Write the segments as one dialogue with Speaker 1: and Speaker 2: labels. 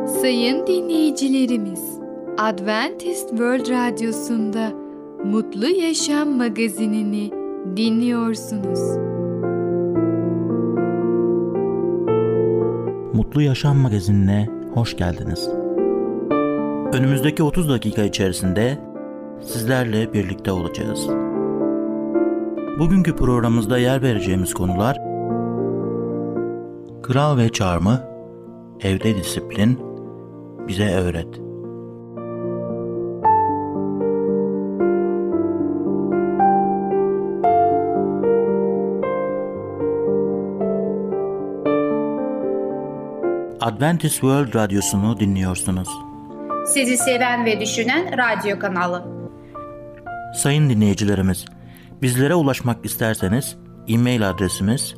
Speaker 1: Sayın dinleyicilerimiz, Adventist World Radyosu'nda Mutlu Yaşam magazinini dinliyorsunuz.
Speaker 2: Mutlu Yaşam magazinine hoş geldiniz. Önümüzdeki 30 dakika içerisinde sizlerle birlikte olacağız. Bugünkü programımızda yer vereceğimiz konular: Kral ve Çarmıh, Evde Disiplin, Bize Öğret. Adventist World Radyosu'nu dinliyorsunuz.
Speaker 3: Sizi seven ve düşünen radyo kanalı.
Speaker 2: Sayın dinleyicilerimiz, bizlere ulaşmak isterseniz e-mail adresimiz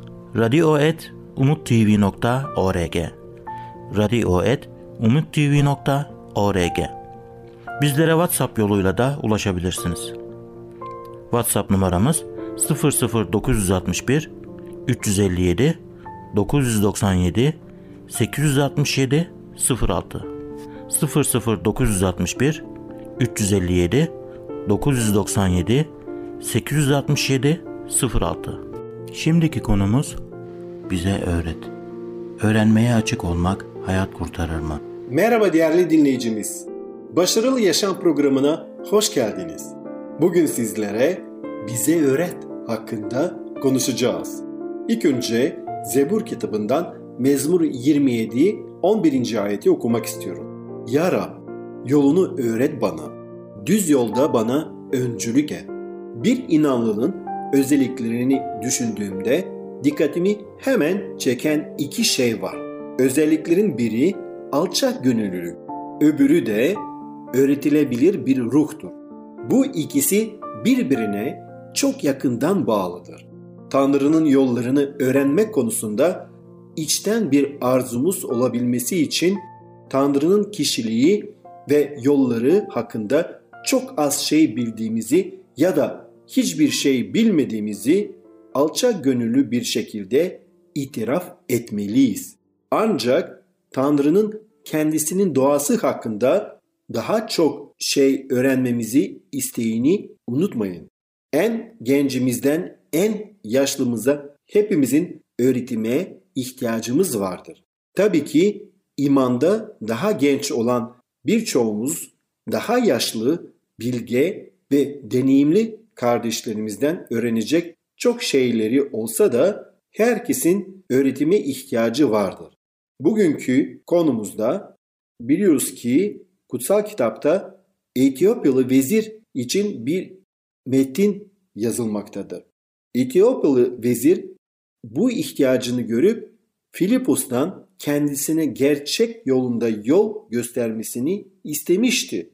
Speaker 2: radio@umuttv.org radio@umuttv.org. Bizlere WhatsApp yoluyla da ulaşabilirsiniz. WhatsApp numaramız 00961 357 997 867 06 00961 357 997 867 06. Şimdiki konumuz Bize Öğret. Öğrenmeye açık olmak hayat kurtarır mı?
Speaker 4: Merhaba değerli dinleyicimiz. Başarılı Yaşam programına hoş geldiniz. Bugün sizlere Bize Öğret hakkında konuşacağız. İlk önce Zebur kitabından Mezmur 27 11. ayeti okumak istiyorum. Ya Rab, yolunu öğret bana, düz yolda bana öncülük et. Bir inanlının özelliklerini düşündüğümde dikkatimi hemen çeken iki şey var. Özelliklerin biri alçak gönüllülük, öbürü de öğretilebilir bir ruhtur. Bu ikisi birbirine çok yakından bağlıdır. Tanrı'nın yollarını öğrenmek konusunda içten bir arzumuz olabilmesi için Tanrı'nın kişiliği ve yolları hakkında çok az şey bildiğimizi ya da hiçbir şey bilmediğimizi alçak gönüllü bir şekilde itiraf etmeliyiz. Ancak Tanrı'nın kendisinin doğası hakkında daha çok şey öğrenmemizi isteğini unutmayın. En gencimizden en yaşlımıza hepimizin öğretime ihtiyacımız vardır. Tabii ki imanda daha genç olan birçoğumuz daha yaşlı, bilge ve deneyimli kardeşlerimizden öğrenecek çok şeyleri olsa da herkesin öğretime ihtiyacı vardır. Bugünkü konumuzda biliyoruz ki kutsal kitapta Etiyopyalı vezir için bir metin yazılmaktadır. Etiyopyalı vezir bu ihtiyacını görüp Filipus'tan kendisine gerçek yolunda yol göstermesini istemişti.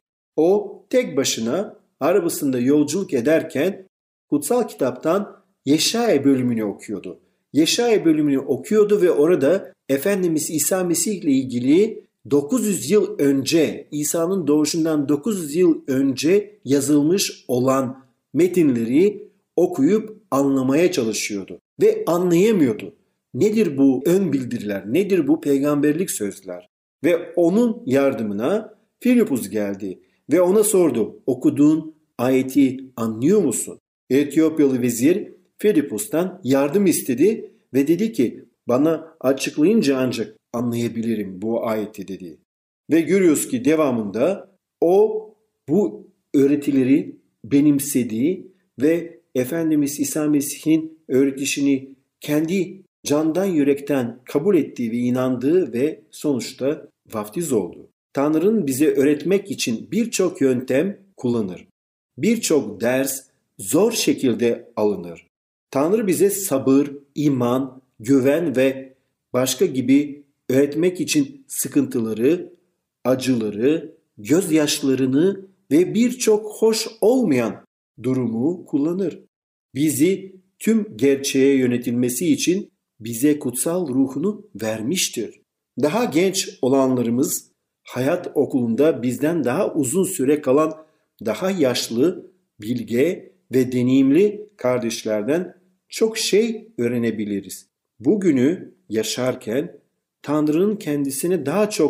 Speaker 4: O tek başına arabasında yolculuk ederken kutsal kitaptan Yeşaya bölümünü okuyordu. Yeşaya bölümünü okuyordu ve orada Efendimiz İsa Mesih ile ilgili 900 yıl önce, İsa'nın doğuşundan 900 yıl önce yazılmış olan metinleri okuyup anlamaya çalışıyordu ve anlayamıyordu. Nedir bu ön bildiriler, nedir bu peygamberlik sözler? Ve onun yardımına Filipus geldi ve ona sordu, okuduğun ayeti anlıyor musun? Etiyopyalı vezir Filipus'tan yardım istedi ve dedi ki bana açıklayınca ancak anlayabilirim bu ayeti dedi. Ve görüyoruz ki devamında o bu öğretileri benimsediği ve Efendimiz İsa Mesih'in öğretişini kendi candan yürekten kabul ettiği ve inandığı ve sonuçta vaftiz oldu. Tanrı'nın bize öğretmek için birçok yöntem kullanır. Birçok ders zor şekilde alınır. Tanrı bize sabır, iman, güven ve başka gibi öğretmek için sıkıntıları, acıları, gözyaşlarını ve birçok hoş olmayan durumu kullanır. Bizi tüm gerçeğe yönetilmesi için bize kutsal ruhunu vermiştir. Daha genç olanlarımız hayat okulunda bizden daha uzun süre kalan daha yaşlı, bilge ve deneyimli kardeşlerden çok şey öğrenebiliriz. Bugünü yaşarken Tanrı'nın kendisine daha çok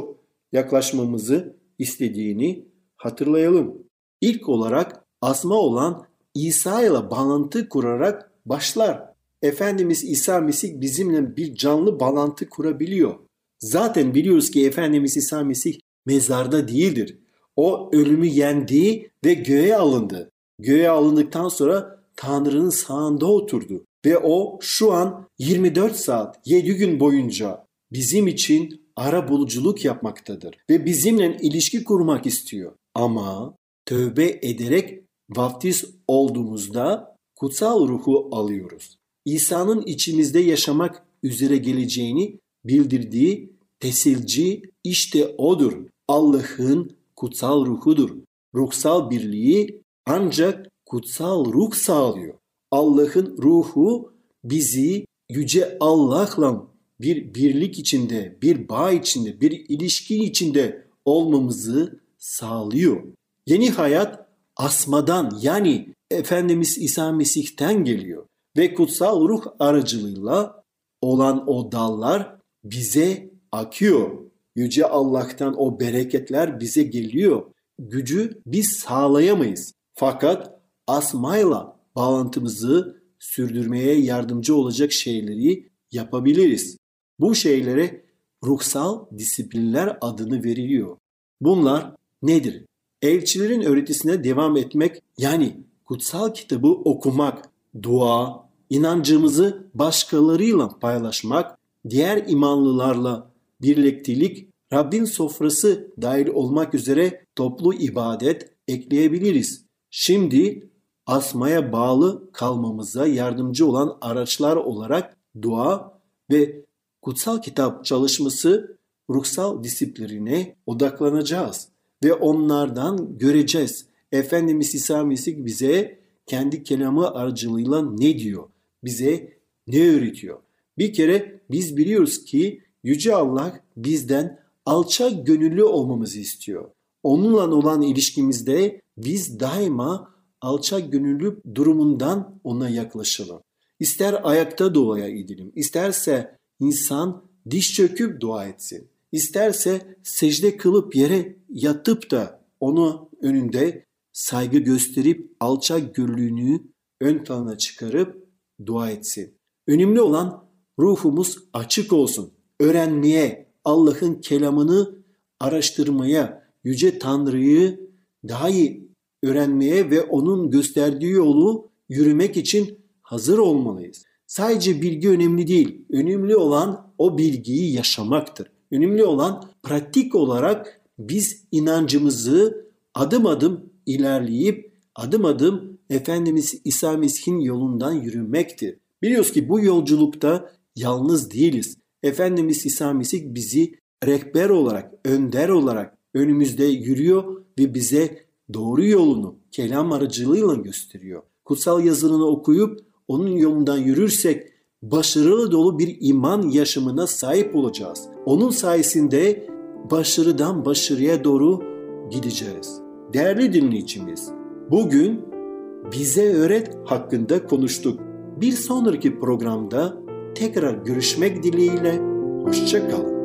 Speaker 4: yaklaşmamızı istediğini hatırlayalım. İlk olarak asma olan İsa ile bağlantı kurarak başlar. Efendimiz İsa Mesih bizimle bir canlı bağlantı kurabiliyor. Zaten biliyoruz ki Efendimiz İsa Mesih mezarda değildir. O ölümü yendi ve göğe alındı. Göğe alındıktan sonra Tanrı'nın sağında oturdu. Ve o şu an 24 saat 7 gün boyunca bizim için arabuluculuk yapmaktadır. Ve bizimle ilişki kurmak istiyor. Ama tövbe ederek vaftiz olduğumuzda kutsal ruhu alıyoruz. İsa'nın içimizde yaşamak üzere geleceğini bildirdiği tesilci işte odur. Allah'ın kutsal ruhudur. Ruhsal birliği ancak kutsal ruh sağlıyor. Allah'ın ruhu bizi yüce Allah'la bir birlik içinde, bir bağ içinde, bir ilişki içinde olmamızı sağlıyor. Yeni hayat asmadan yani Efendimiz İsa Mesih'ten geliyor. Ve kutsal ruh aracılığıyla olan o dallar bize akıyor. Yüce Allah'tan o bereketler bize geliyor. Gücü biz sağlayamayız. Fakat asmayla bağlantımızı sürdürmeye yardımcı olacak şeyleri yapabiliriz. Bu şeylere ruhsal disiplinler adını veriliyor. Bunlar nedir? Elçilerin öğretisine devam etmek yani kutsal kitabı okumak, dua, inancımızı başkalarıyla paylaşmak, diğer imanlılarla birliktelik, Rabbin sofrası dahil olmak üzere toplu ibadet ekleyebiliriz. Şimdi asmaya bağlı kalmamıza yardımcı olan araçlar olarak dua ve kutsal kitap çalışması ruhsal disipline odaklanacağız ve onlardan göreceğiz. Efendimiz İsa Mesih bize kendi kelamı aracılığıyla ne diyor? Bize ne öğretiyor? Bir kere biz biliyoruz ki Yüce Allah bizden alçak gönüllü olmamızı istiyor. Onunla olan ilişkimizde biz daima alçak gönüllü durumundan ona yaklaşalım. İster ayakta dua edelim, isterse insan diş çöküp dua etsin, isterse secde kılıp yere yatıp da onu önünde saygı gösterip alçak gönüllülüğünü ön plana çıkarıp dua etsin. Önemli olan ruhumuz açık olsun. Öğrenmeye, Allah'ın kelamını araştırmaya, Yüce Tanrı'yı daha iyi öğrenmeye ve onun gösterdiği yolu yürümek için hazır olmalıyız. Sadece bilgi önemli değil. Önemli olan o bilgiyi yaşamaktır. Önemli olan pratik olarak biz inancımızı adım adım ilerleyip adım adım Efendimiz İsa Mesih'in yolundan yürümektir. Biliyoruz ki bu yolculukta yalnız değiliz. Efendimiz İsa Mesih bizi rehber olarak, önder olarak önümüzde yürüyor ve bize doğru yolunu kelam aracılığıyla gösteriyor. Kutsal yazılarını okuyup onun yolundan yürürsek başarılı dolu bir iman yaşamına sahip olacağız. Onun sayesinde başarıdan başarıya doğru gideceğiz. Değerli dinleyicimiz, bugün bize öğret hakkında konuştuk. Bir sonraki programda tekrar görüşmek dileğiyle, hoşça kalın.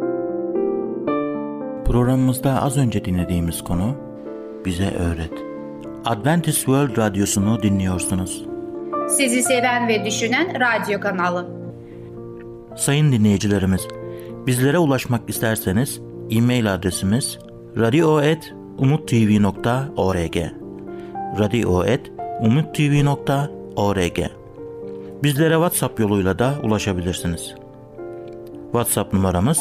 Speaker 2: Programımızda az önce dinlediğimiz konu Bize Öğret. Adventist World Radyosu'nu dinliyorsunuz.
Speaker 3: Sizi seven ve düşünen radyo kanalı.
Speaker 2: Sayın dinleyicilerimiz, bizlere ulaşmak isterseniz e-mail adresimiz radio@umuttv.org radio@umuttv.org. Bizlere WhatsApp yoluyla da ulaşabilirsiniz. WhatsApp numaramız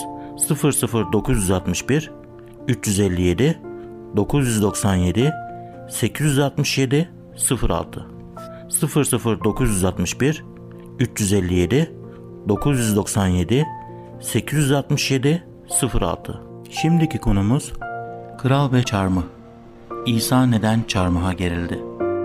Speaker 2: 00961 357 997 867 06 00961 357 997 867 06. Şimdiki konumuz Kral ve Çarmıh. İsa neden çarmıha gerildi?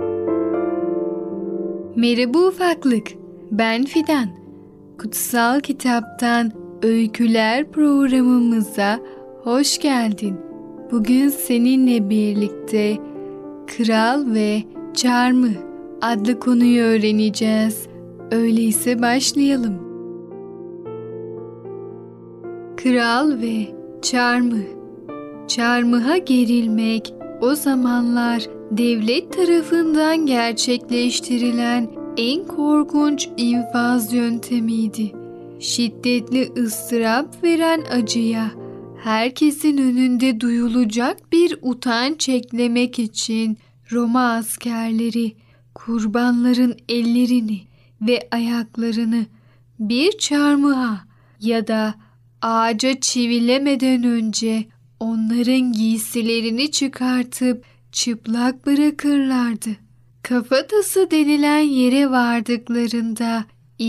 Speaker 1: Merhaba ufaklık, ben Fidan. Kutsal Kitaptan Öyküler programımıza hoş geldin. Bugün seninle birlikte Kral ve Çarmıh adlı konuyu öğreneceğiz. Öyleyse başlayalım. Kral ve Çarmıh. Çarmıha gerilmek o zamanlar devlet tarafından gerçekleştirilen en korkunç infaz yöntemiydi. Şiddetli ıstırap veren acıya herkesin önünde duyulacak bir utanç eklemek için Roma askerleri kurbanların ellerini ve ayaklarını bir çarmıha ya da ağaca çivilemeden önce onların giysilerini çıkartıp çıplak bırakırlardı. Kafatası denilen yere vardıklarında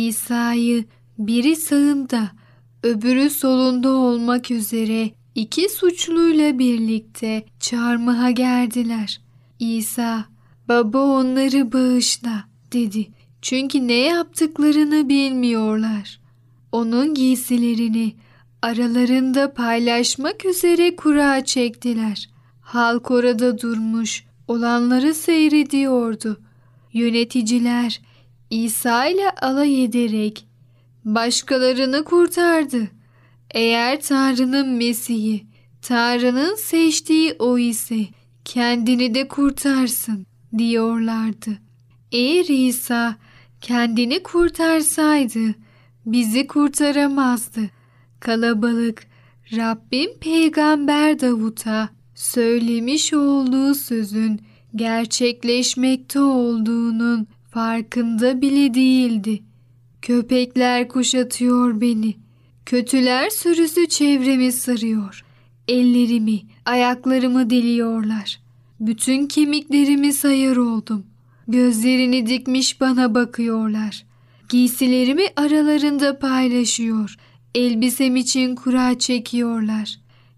Speaker 1: İsa'yı biri sağında, öbürü solunda olmak üzere 2 suçluyla birlikte çarmıha gerdiler. İsa, "Baba onları bağışla," dedi. Çünkü ne yaptıklarını bilmiyorlar. Onun giysilerini aralarında paylaşmak üzere kura çektiler. Halk orada durmuş, olanları seyrediyordu. Yöneticiler İsa ile alay ederek başkalarını kurtardı. Eğer Tanrı'nın Mesih'i, Tanrı'nın seçtiği o ise kendini de kurtarsın diyorlardı. Eğer İsa kendini kurtarsaydı bizi kurtaramazdı. Kalabalık Rabbim Peygamber Davut'a söylemiş olduğu sözün gerçekleşmekte olduğunun farkında bile değildi. Köpekler kuşatıyor beni. Kötüler sürüsü çevremi sarıyor. Ellerimi, ayaklarımı deliyorlar. Bütün kemiklerimi sayar oldum. Gözlerini dikmiş bana bakıyorlar. Giysilerimi aralarında paylaşıyor. Elbisem için kura çekiyorlar.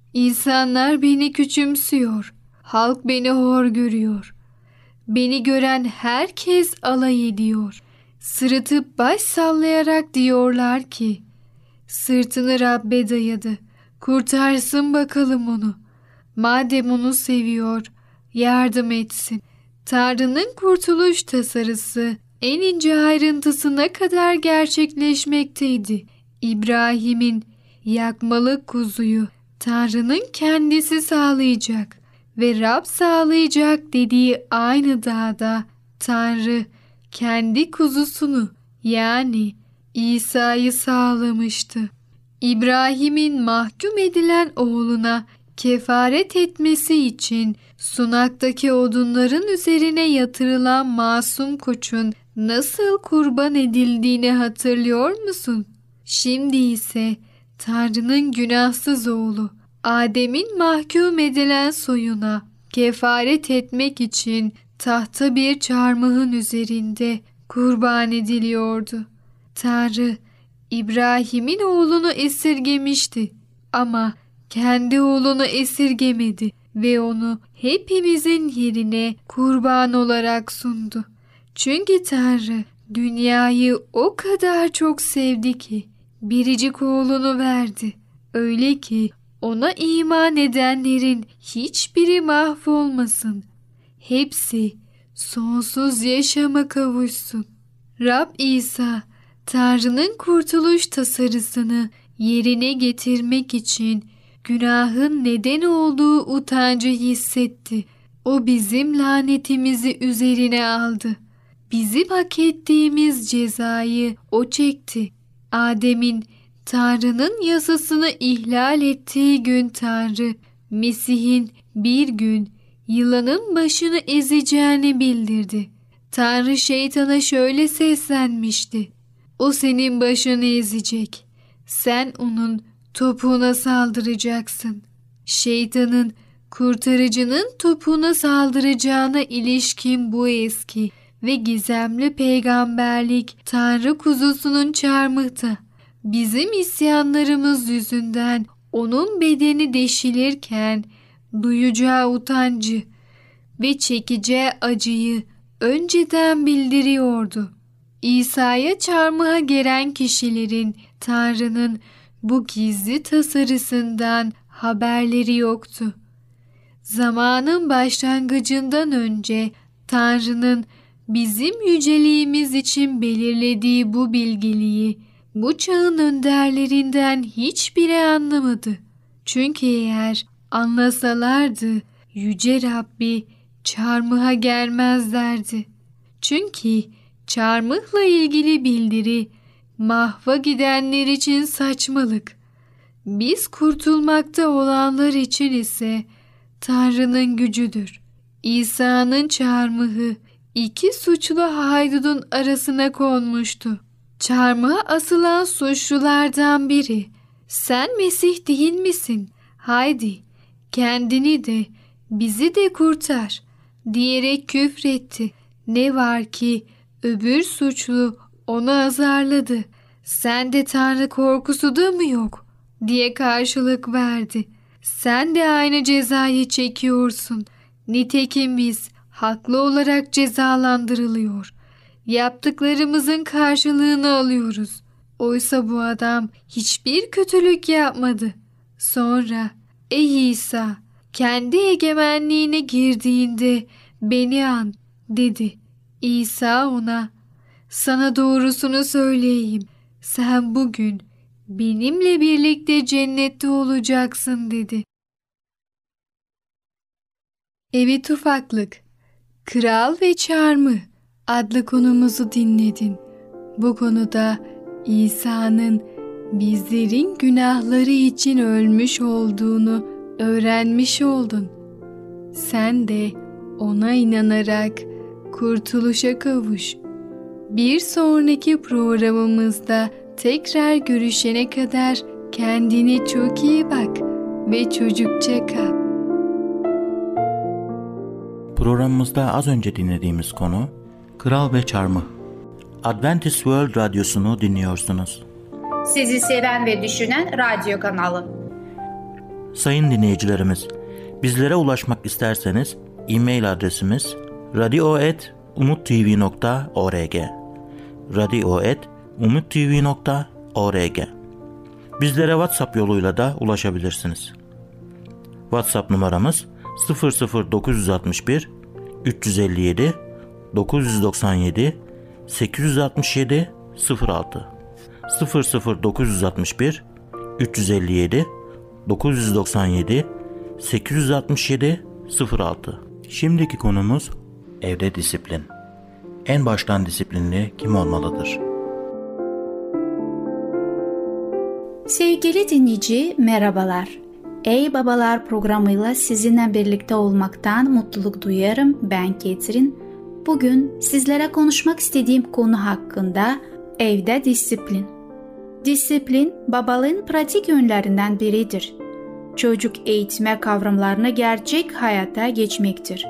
Speaker 1: İnsanlar beni küçümsüyor. Halk beni hor görüyor. Beni gören herkes alay ediyor. Sırıtıp baş sallayarak diyorlar ki, "Sırtını Rabbe dayadı. Kurtarsın bakalım onu. Madem onu seviyor, yardım etsin." Tanrı'nın kurtuluş tasarısı en ince ayrıntısına kadar gerçekleşmekteydi. İbrahim'in yakmalı kuzuyu Tanrı'nın kendisi sağlayacak ve Rab sağlayacak dediği aynı dağda Tanrı kendi kuzusunu yani İsa'yı sağlamıştı. İbrahim'in mahkum edilen oğluna kefaret etmesi için sunaktaki odunların üzerine yatırılan masum koçun nasıl kurban edildiğini hatırlıyor musun? Şimdi ise Tanrı'nın günahsız oğlu Adem'in mahkum edilen soyuna kefaret etmek için tahta bir çarmıhın üzerinde kurban ediliyordu. Tanrı İbrahim'in oğlunu esirgemişti ama kendi oğlunu esirgemedi ve onu hepimizin yerine kurban olarak sundu. Çünkü Tanrı dünyayı o kadar çok sevdi ki biricik oğlunu verdi. Öyle ki ona iman edenlerin hiçbiri mahvolmasın. Hepsi sonsuz yaşama kavuşsun. Rab İsa, Tanrı'nın kurtuluş tasarısını yerine getirmek için günahın neden olduğu utancı hissetti. O bizim lanetimizi üzerine aldı. Bizim hak ettiğimiz cezayı o çekti. Adem'in Tanrı'nın yasasını ihlal ettiği gün Tanrı, Mesih'in bir gün yılanın başını ezeceğini bildirdi. Tanrı şeytana şöyle seslenmişti: "O senin başını ezecek. Sen onun topuğuna saldıracaksın." Şeytanın kurtarıcının topuğuna saldıracağına ilişkin bu eski ve gizemli peygamberlik Tanrı kuzusunun çarmıhta bizim isyanlarımız yüzünden onun bedeni deşilirken duyacağı utancı ve çekeceği acıyı önceden bildiriyordu. İsa'ya çarmıha gelen kişilerin Tanrı'nın bu gizli tasarısından haberleri yoktu. Zamanın başlangıcından önce Tanrı'nın bizim yüceliğimiz için belirlediği bu bilgeliği bu çağın önderlerinden hiçbiri anlamadı. Çünkü eğer anlasalardı Yüce Rabbi çarmıha gelmezlerdi. Çünkü çarmıhla ilgili bildiri mahva gidenler için saçmalık. Biz kurtulmakta olanlar için ise Tanrı'nın gücüdür. İsa'nın çarmıhı iki suçlu haydudun arasına konmuştu. Çarmıha asılan suçlulardan biri, "Sen Mesih değil misin? Haydi kendini de bizi de kurtar," diyerek küfretti. Ne var ki öbür suçlu onu azarladı. "Sende Tanrı korkusu da mı yok?" diye karşılık verdi. "Sen de aynı cezayı çekiyorsun. Nitekim biz haklı olarak cezalandırılıyor. Yaptıklarımızın karşılığını alıyoruz. Oysa bu adam hiçbir kötülük yapmadı." Sonra, "Ey İsa, kendi egemenliğine girdiğinde beni an," dedi. İsa ona, "Sana doğrusunu söyleyeyim. Sen bugün benimle birlikte cennette olacaksın," dedi. Evet ufaklık, Kral ve Çarmıh adlı konumuzu dinledin. Bu konuda İsa'nın bizlerin günahları için ölmüş olduğunu öğrenmiş oldun. Sen de ona inanarak kurtuluşa kavuş. Bir sonraki programımızda tekrar görüşene kadar kendine çok iyi bak ve çocukça kal.
Speaker 2: Programımızda az önce dinlediğimiz konu Kral ve Çarmıh. Adventist World Radyosu'nu dinliyorsunuz.
Speaker 3: Sizi seven ve düşünen radyo kanalı.
Speaker 2: Sayın dinleyicilerimiz, bizlere ulaşmak isterseniz e-mail adresimiz radio@umuttv.org radio@umuttv.org. Bizlere WhatsApp yoluyla da ulaşabilirsiniz. WhatsApp numaramız 00961 357 997 867 06 00961 357 997 867 06. Şimdiki konumuz evde disiplin. En baştan disiplinli kim olmalıdır?
Speaker 5: Sevgili dinleyici, merhabalar. Ey Babalar programıyla sizinle birlikte olmaktan mutluluk duyarım. Ben Ketrin. Bugün sizlere konuşmak istediğim konu hakkında evde disiplin. Disiplin, babalığın pratik yönlerinden biridir. Çocuk eğitme kavramlarını gerçek hayata geçmektir.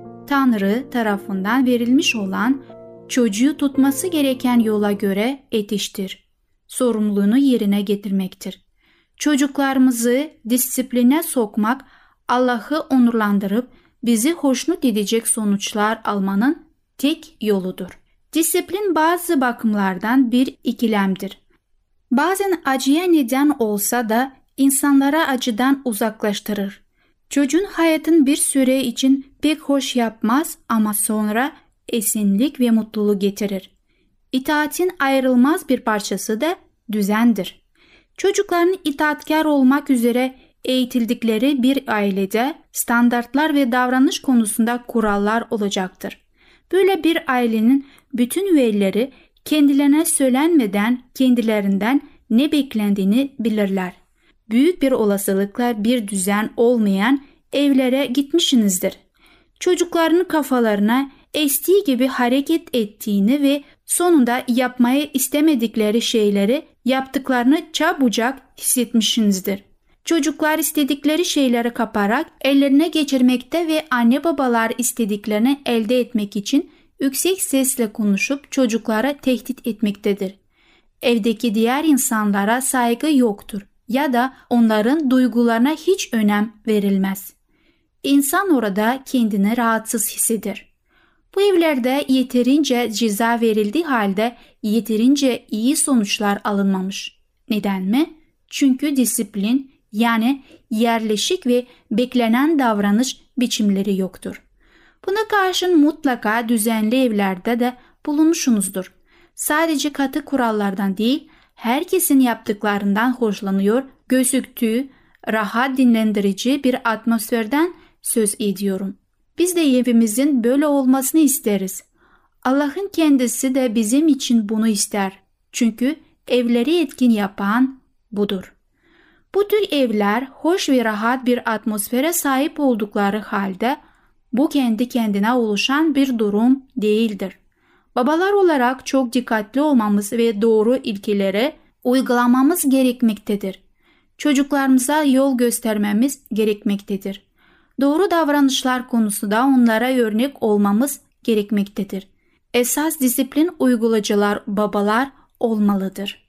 Speaker 5: Tanrı tarafından verilmiş olan çocuğu tutması gereken yola göre yetiştir. Sorumluluğunu yerine getirmektir. Çocuklarımızı disipline sokmak, Allah'ı onurlandırıp bizi hoşnut edecek sonuçlar almanın tek yoludur. Disiplin bazı bakımlardan bir ikilemdir. Bazen acıya neden olsa da insanlara acıdan uzaklaştırır. Çocuğun hayatın bir süre için pek hoş yapmaz ama sonra esinlik ve mutluluk getirir. İtaatin ayrılmaz bir parçası da düzendir. Çocukların itaatkar olmak üzere eğitildikleri bir ailede standartlar ve davranış konusunda kurallar olacaktır. Böyle bir ailenin bütün üyeleri kendilerine söylenmeden kendilerinden ne beklendiğini bilirler. Büyük bir olasılıkla bir düzen olmayan evlere gitmişsinizdir. Çocukların kafalarına estiği gibi hareket ettiğini ve sonunda yapmayı istemedikleri şeyleri yaptıklarını çabucak hissetmişsinizdir. Çocuklar istedikleri şeyleri kaparak ellerine geçirmekte ve anne babalar istediklerini elde etmek için yüksek sesle konuşup çocuklara tehdit etmektedir. Evdeki diğer insanlara saygı yoktur ya da onların duygularına hiç önem verilmez. İnsan orada kendini rahatsız hisseder. Bu evlerde yeterince ceza verildiği halde yeterince iyi sonuçlar alınmamış. Neden mi? Çünkü disiplin, yani yerleşik ve beklenen davranış biçimleri yoktur. Buna karşın mutlaka düzenli evlerde de bulunmuşsunuzdur. Sadece katı kurallardan değil, herkesin yaptıklarından hoşlanıyor, gözüktüğü rahat, dinlendirici bir atmosferden söz ediyorum. Biz de evimizin böyle olmasını isteriz. Allah'ın kendisi de bizim için bunu ister. Çünkü evleri etkin yapan budur. Bu tür evler hoş ve rahat bir atmosfere sahip oldukları halde bu kendi kendine oluşan bir durum değildir. Babalar olarak çok dikkatli olmamız ve doğru ilkeleri uygulamamız gerekmektedir. Çocuklarımıza yol göstermemiz gerekmektedir. Doğru davranışlar konusunda onlara örnek olmamız gerekmektedir. Esas disiplin uygulayıcılar babalar olmalıdır.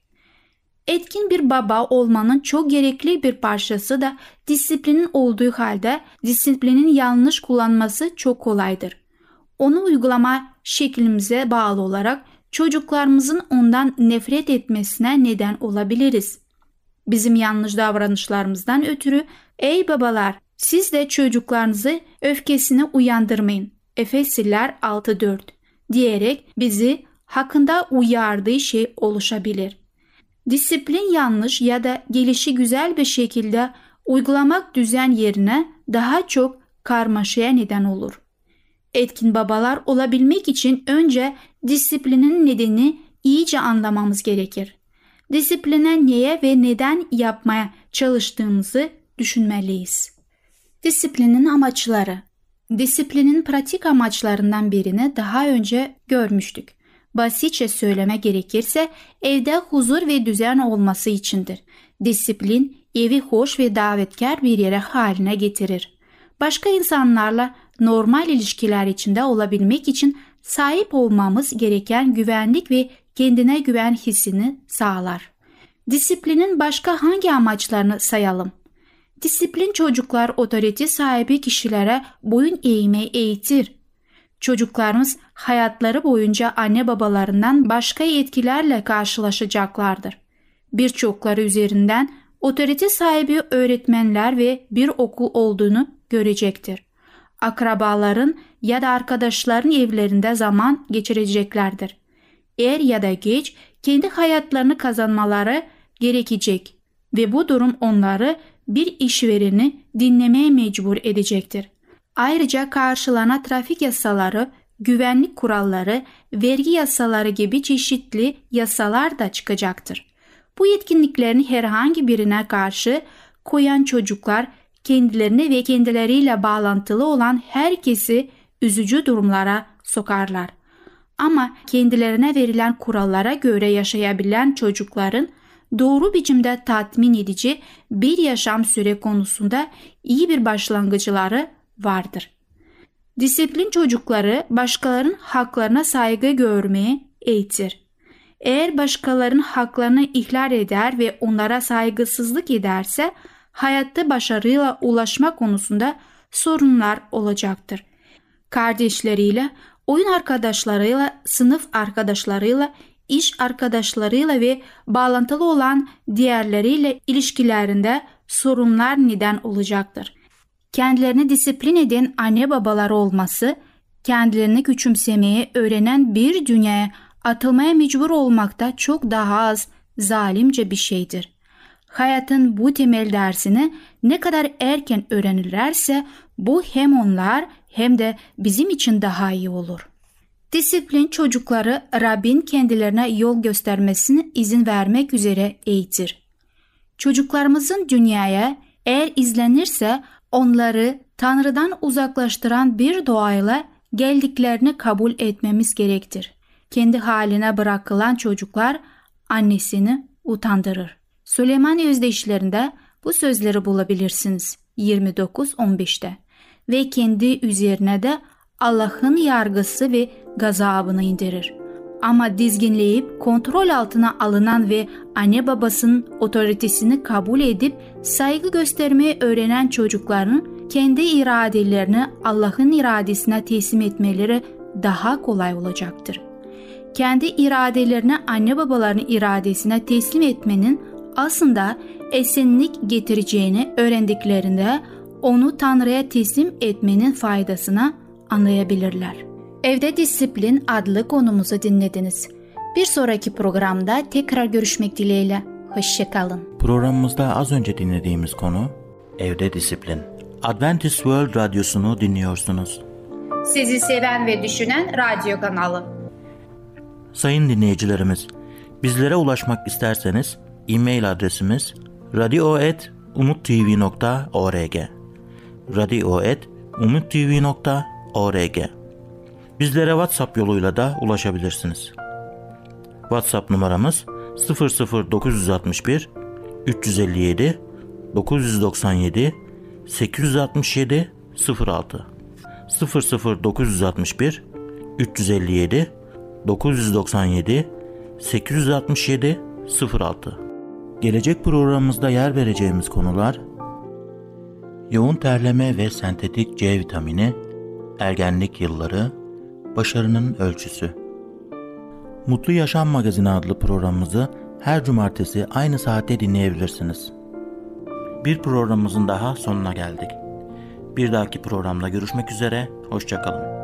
Speaker 5: Etkin bir baba olmanın çok gerekli bir parçası da disiplinin olduğu halde disiplinin yanlış kullanması çok kolaydır. Onu uygulama şeklimize bağlı olarak çocuklarımızın ondan nefret etmesine neden olabiliriz. Bizim yanlış davranışlarımızdan ötürü ey babalar, siz de çocuklarınızı öfkesine uyandırmayın. Efesliler 6:4 diyerek bizi hakkında uyardığı şey oluşabilir. Disiplin yanlış ya da gelişi güzel bir şekilde uygulamak düzen yerine daha çok karmaşaya neden olur. Etkin babalar olabilmek için önce disiplinin nedenini iyice anlamamız gerekir. Disipline neye ve neden yapmaya çalıştığımızı düşünmeliyiz. Disiplinin amaçları. Disiplinin pratik amaçlarından birini daha önce görmüştük. Basitçe söyleme gerekirse evde huzur ve düzen olması içindir. Disiplin evi hoş ve davetkar bir yere haline getirir. Başka insanlarla normal ilişkiler içinde olabilmek için sahip olmamız gereken güvenlik ve kendine güven hissini sağlar. Disiplinin başka hangi amaçlarını sayalım? Disiplin çocuklar otorite sahibi kişilere boyun eğmeyi eğitir. Çocuklarımız hayatları boyunca anne babalarından başka etkilerle karşılaşacaklardır. Birçokları üzerinden otorite sahibi öğretmenler ve bir okul olduğunu görecektir. Akrabaların ya da arkadaşların evlerinde zaman geçireceklerdir. Er ya da geç kendi hayatlarını kazanmaları gerekecek ve bu durum onları bir işvereni dinlemeye mecbur edecektir. Ayrıca karşılana trafik yasaları, güvenlik kuralları, vergi yasaları gibi çeşitli yasalar da çıkacaktır. Bu yetkinliklerin herhangi birine karşı koyan çocuklar kendilerini ve kendileriyle bağlantılı olan herkesi üzücü durumlara sokarlar. Ama kendilerine verilen kurallara göre yaşayabilen çocukların doğru biçimde tatmin edici bir yaşam süre konusunda iyi bir başlangıçları vardır. Disiplin çocukları başkalarının haklarına saygı görmeye eğitir. Eğer başkalarının haklarını ihlal eder ve onlara saygısızlık ederse hayatta başarıyla ulaşma konusunda sorunlar olacaktır. Kardeşleriyle, oyun arkadaşlarıyla, sınıf arkadaşlarıyla, iş arkadaşlarıyla ve bağlantılı olan diğerleriyle ilişkilerinde sorunlar neden olacaktır. Kendilerini disiplin eden anne babalar olması, kendilerini küçümsemeye öğrenen bir dünyaya atılmaya mecbur olmakta çok daha az zalimce bir şeydir. Hayatın bu temel dersini ne kadar erken öğrenirlerse bu hem onlar hem de bizim için daha iyi olur. Disiplin çocukları Rabbin kendilerine yol göstermesine izin vermek üzere eğitir. Çocuklarımızın dünyaya eğer izlenirse onları Tanrı'dan uzaklaştıran bir doğayla geldiklerini kabul etmemiz gerektir. Kendi haline bırakılan çocuklar annesini utandırır. Süleyman Özdeyişlerinde bu sözleri bulabilirsiniz 29-15'te ve kendi üzerine de Allah'ın yargısı ve gazabını indirir. Ama dizginleyip kontrol altına alınan ve anne babasının otoritesini kabul edip saygı göstermeyi öğrenen çocukların kendi iradelerini Allah'ın iradesine teslim etmeleri daha kolay olacaktır. Kendi iradelerini anne babaların iradesine teslim etmenin aslında esenlik getireceğini öğrendiklerinde onu Tanrı'ya teslim etmenin faydasını anlayabilirler. Evde Disiplin adlı konumuzu dinlediniz. Bir sonraki programda tekrar görüşmek dileğiyle. Hoşça kalın.
Speaker 2: Programımızda az önce dinlediğimiz konu evde disiplin. Adventist World Radyosu'nu dinliyorsunuz.
Speaker 3: Sizi seven ve düşünen radyo kanalı.
Speaker 2: Sayın dinleyicilerimiz, bizlere ulaşmak isterseniz e-mail adresimiz radio@umuttv.org radio@umuttv.org. Bizlere WhatsApp yoluyla da ulaşabilirsiniz. WhatsApp numaramız 00961 357 997 867 06 00961 357 997 867 06. Gelecek programımızda yer vereceğimiz konular: yoğun terleme ve sentetik C vitamini, ergenlik yılları, başarının ölçüsü. Mutlu Yaşam Magazini adlı programımızı her cumartesi aynı saatte dinleyebilirsiniz. Bir programımızın daha sonuna geldik. Bir dahaki programda görüşmek üzere, hoşça kalın.